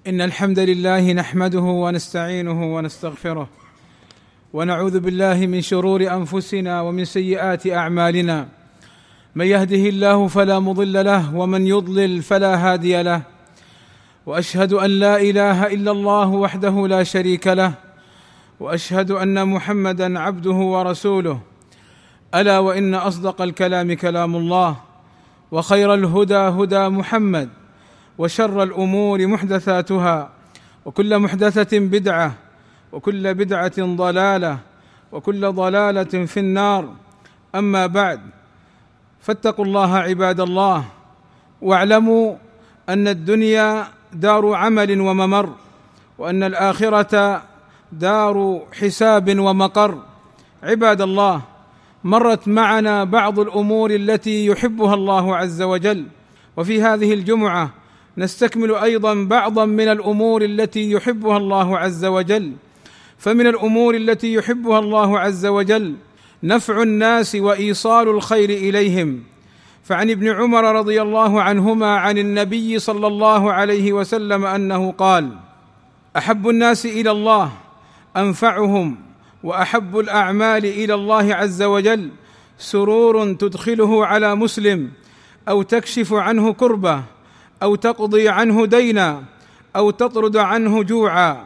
إن الحمد لله نحمده ونستعينه ونستغفره ونعوذ بالله من شرور أنفسنا ومن سيئات أعمالنا. من يهده الله فلا مضل له ومن يضلل فلا هادي له، وأشهد أن لا إله إلا الله وحده لا شريك له، وأشهد أن محمدًا عبده ورسوله. ألا وإن أصدق الكلام كلام الله، وخير الهدى هدى محمد، وشر الأمور محدثاتها، وكل محدثة بدعة، وكل بدعة ضلالة، وكل ضلالة في النار. أما بعد، فاتقوا الله عباد الله، واعلموا أن الدنيا دار عمل وممر، وأن الآخرة دار حساب ومقر. عباد الله، مرت معنا بعض الأمور التي يحبها الله عز وجل، وفي هذه الجمعة نستكمل أيضا بعضا من الأمور التي يحبها الله عز وجل. فمن الأمور التي يحبها الله عز وجل نفع الناس وإيصال الخير إليهم. فعن ابن عمر رضي الله عنهما عن النبي صلى الله عليه وسلم أنه قال: أحب الناس إلى الله أنفعهم، وأحب الأعمال إلى الله عز وجل سرور تدخله على مسلم، أو تكشف عنه كربة، أو تقضي عنه دينا، أو تطرد عنه جوعا.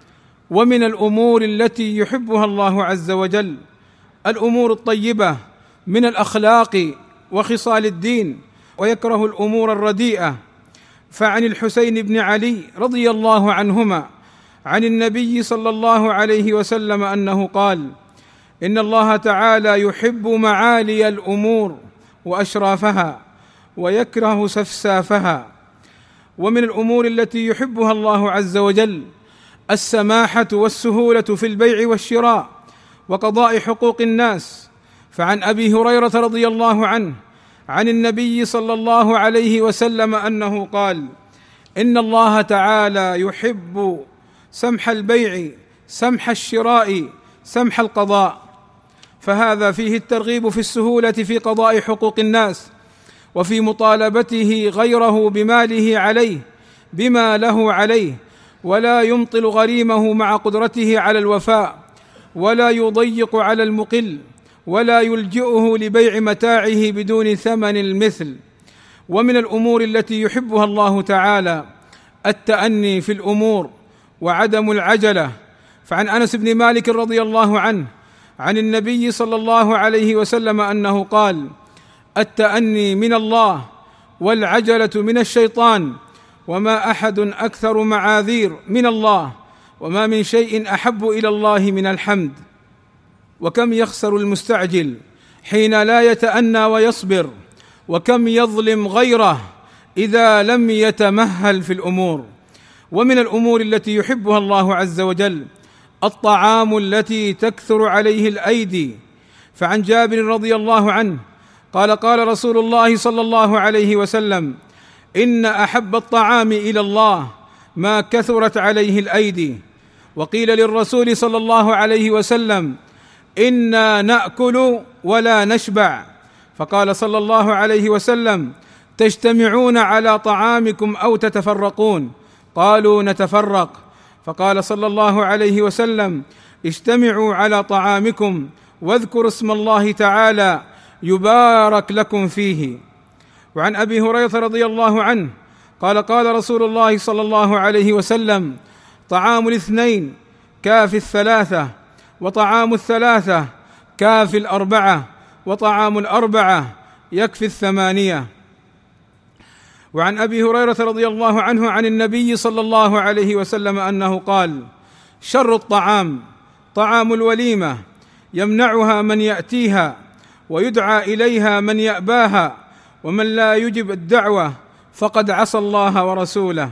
ومن الأمور التي يحبها الله عز وجل الأمور الطيبة من الأخلاق وخصال الدين، ويكره الأمور الرديئة. فعن الحسين بن علي رضي الله عنهما عن النبي صلى الله عليه وسلم أنه قال: إن الله تعالى يحب معالي الأمور وأشرافها، ويكره سفسافها. ومن الأمور التي يحبها الله عز وجل السماحة والسهولة في البيع والشراء وقضاء حقوق الناس. فعن أبي هريرة رضي الله عنه عن النبي صلى الله عليه وسلم أنه قال: إن الله تعالى يحب سمح البيع، سمح الشراء، سمح القضاء. فهذا فيه الترغيب في السهولة في قضاء حقوق الناس، وفي مطالبته غيره بماله عليه بما له عليه، ولا يمطل غريمه مع قدرته على الوفاء، ولا يضيق على المقل، ولا يلجئه لبيع متاعه بدون ثمن المثل. ومن الأمور التي يحبها الله تعالى التأني في الأمور وعدم العجلة. فعن أنس بن مالك رضي الله عنه عن النبي صلى الله عليه وسلم أنه قال: التأني من الله، والعجلة من الشيطان، وما أحد أكثر معاذير من الله، وما من شيء أحب إلى الله من الحمد. وكم يخسر المستعجل حين لا يتأنى ويصبر، وكم يظلم غيره إذا لم يتمهل في الأمور. ومن الأمور التي يحبها الله عز وجل الطعام التي تكثر عليه الأيدي. فعن جابر رضي الله عنه قال: قال رسول الله صلى الله عليه وسلم: إن أحب الطعام إلى الله ما كثرت عليه الأيدي. وقيل للرسول صلى الله عليه وسلم: إنا نأكل ولا نشبع. فقال صلى الله عليه وسلم: تجتمعون على طعامكم أو تتفرقون؟ قالوا: نتفرق. فقال صلى الله عليه وسلم: اجتمعوا على طعامكم واذكروا اسم الله تعالى يبارك لكم فيه. وعن أبي هريرة رضي الله عنه قال: قال رسول الله صلى الله عليه وسلم: طعام الاثنين كافي الثلاثة، وطعام الثلاثة كافي الأربعة، وطعام الأربعة يكفي الثمانية. وعن أبي هريرة رضي الله عنه عن النبي صلى الله عليه وسلم أنه قال: شر الطعام طعام الوليمة، يمنعها من يأتيها، ويدعى إليها من يأباها، ومن لا يجب الدعوة فقد عصى الله ورسوله.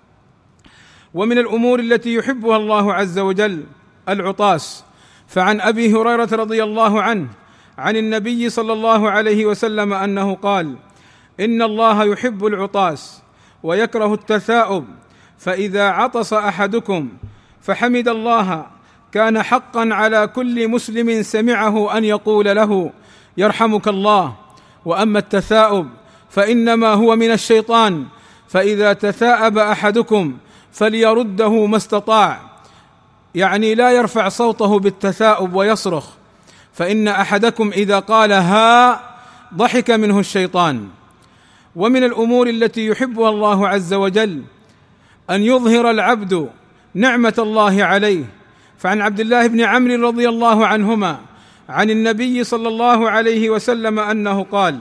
ومن الأمور التي يحبها الله عز وجل العطاس. فعن أبي هريرة رضي الله عنه عن النبي صلى الله عليه وسلم أنه قال: إن الله يحب العطاس ويكره التثاؤب، فإذا عطس أحدكم فحمد الله كان حقا على كل مسلم سمعه أن يقول له: يرحمك الله. وأما التثاؤب فإنما هو من الشيطان، فإذا تثاءب أحدكم فليرده ما استطاع، يعني لا يرفع صوته بالتثاؤب ويصرخ، فإن أحدكم إذا قال ها ضحك منه الشيطان. ومن الأمور التي يحبها الله عز وجل أن يظهر العبد نعمة الله عليه. فعن عبد الله بن عمرو رضي الله عنهما عن النبي صلى الله عليه وسلم أنه قال: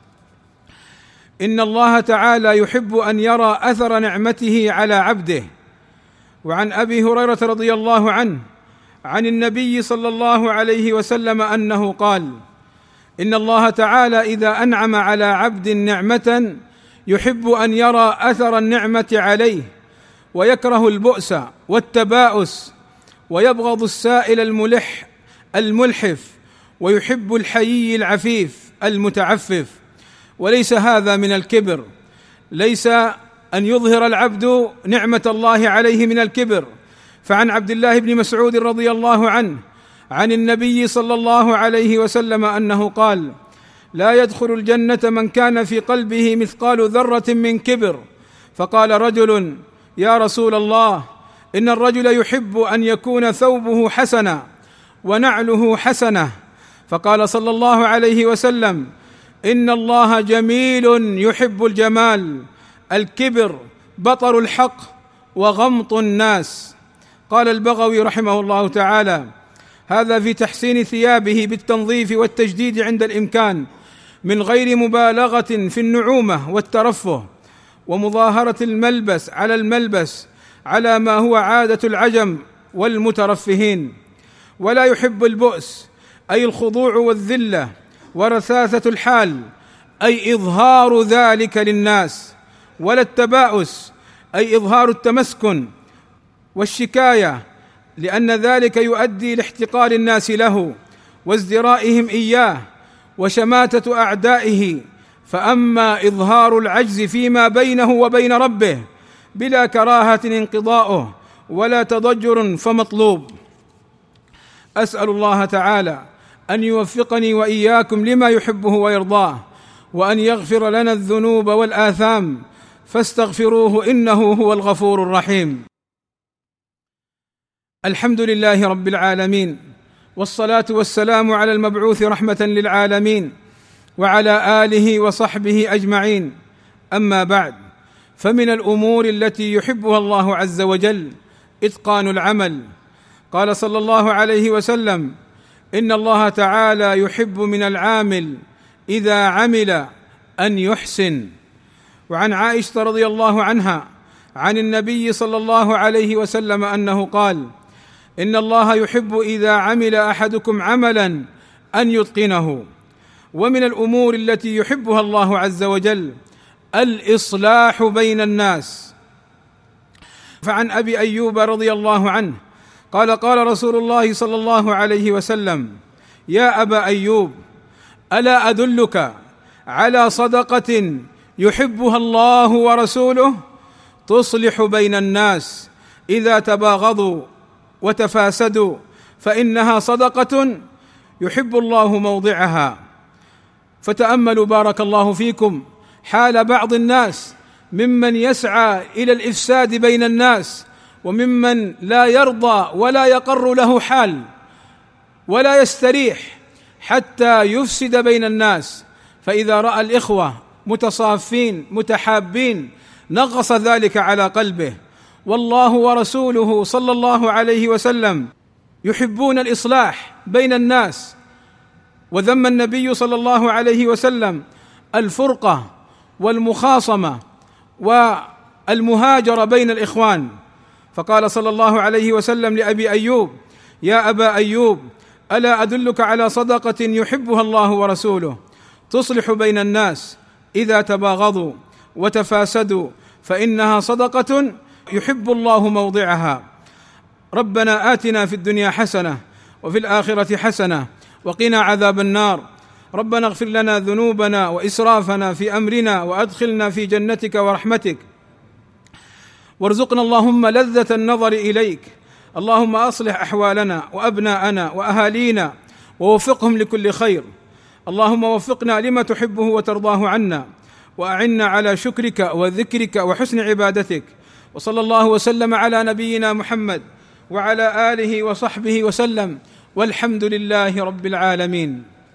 إن الله تعالى يحب أن يرى أثر نعمته على عبده. وعن أبي هريرة رضي الله عنه عن النبي صلى الله عليه وسلم أنه قال: إن الله تعالى إذا أنعم على عبد نعمة يحب أن يرى أثر النعمة عليه، ويكره البؤس والتباؤس، ويبغض السائل الملحف، ويحب الحيي العفيف المتعفف. وليس هذا من الكبر، ليس أن يظهر العبد نعمة الله عليه من الكبر. فعن عبد الله بن مسعود رضي الله عنه عن النبي صلى الله عليه وسلم أنه قال: لا يدخل الجنة من كان في قلبه مثقال ذرة من كبر. فقال رجل: يا رسول الله، إن الرجل يحب أن يكون ثوبه حسنا ونعله حسنة. فقال صلى الله عليه وسلم: إن الله جميل يحب الجمال. الكبر بطر الحق وغمط الناس. قال البغوي رحمه الله تعالى: هذا في تحسين ثيابه بالتنظيف والتجديد عند الإمكان، من غير مبالغة في النعومة والترفه، ومظاهرة الملبس على الملبس على ما هو عادة العجم والمترفهين. ولا يحب البؤس، أي الخضوع والذلة ورثاثة الحال، أي إظهار ذلك للناس. ولا التباؤس، أي إظهار التمسكن والشكاية، لأن ذلك يؤدي لاحتقار الناس له وازدرائهم إياه وشماتة أعدائه. فأما إظهار العجز فيما بينه وبين ربه بلا كراهة انقضاؤه ولا تضجر فمطلوب. أسأل الله تعالى أن يوفقني وإياكم لما يحبه ويرضاه، وأن يغفر لنا الذنوب والآثام، فاستغفروه إنه هو الغفور الرحيم. الحمد لله رب العالمين، والصلاة والسلام على المبعوث رحمة للعالمين، وعلى آله وصحبه أجمعين. أما بعد، فمن الأمور التي يحبها الله عز وجل إتقان العمل. قال صلى الله عليه وسلم: إن الله تعالى يحب من العامل إذا عمل أن يحسن. وعن عائشة رضي الله عنها عن النبي صلى الله عليه وسلم أنه قال: إن الله يحب إذا عمل أحدكم عملا أن يتقنه. ومن الأمور التي يحبها الله عز وجل الإصلاح بين الناس. فعن أبي أيوب رضي الله عنه قال: قال رسول الله صلى الله عليه وسلم: يا أبا أيوب، ألا أدلك على صدقة يحبها الله ورسوله تصلح بين الناس إذا تباغضوا وتفاسدوا، فإنها صدقة يحب الله موضعها. فتأملوا بارك الله فيكم حال بعض الناس ممن يسعى إلى الإفساد بين الناس، وممن لا يرضى ولا يقر له حال ولا يستريح حتى يفسد بين الناس. فإذا رأى الإخوة متصافين متحابين نغص ذلك على قلبه. والله ورسوله صلى الله عليه وسلم يحبون الإصلاح بين الناس. وذم النبي صلى الله عليه وسلم الفرقة والمخاصمة والمهاجرة بين الإخوان، فقال صلى الله عليه وسلم لأبي أيوب: يا أبا أيوب، ألا أدلك على صدقة يحبها الله ورسوله تصلح بين الناس إذا تباغضوا وتفاسدوا، فإنها صدقة يحب الله موضعها. ربنا آتنا في الدنيا حسنة وفي الآخرة حسنة وقنا عذاب النار. ربنا اغفر لنا ذنوبنا وإسرافنا في أمرنا، وأدخلنا في جنتك ورحمتك، وارزقنا اللهم لذة النظر إليك. اللهم أصلح أحوالنا وأبناءنا وأهالينا ووفقهم لكل خير. اللهم وفقنا لما تحبه وترضاه عنا، وأعنا على شكرك وذكرك وحسن عبادتك، وصلى الله وسلم على نبينا محمد وعلى آله وصحبه وسلم، والحمد لله رب العالمين.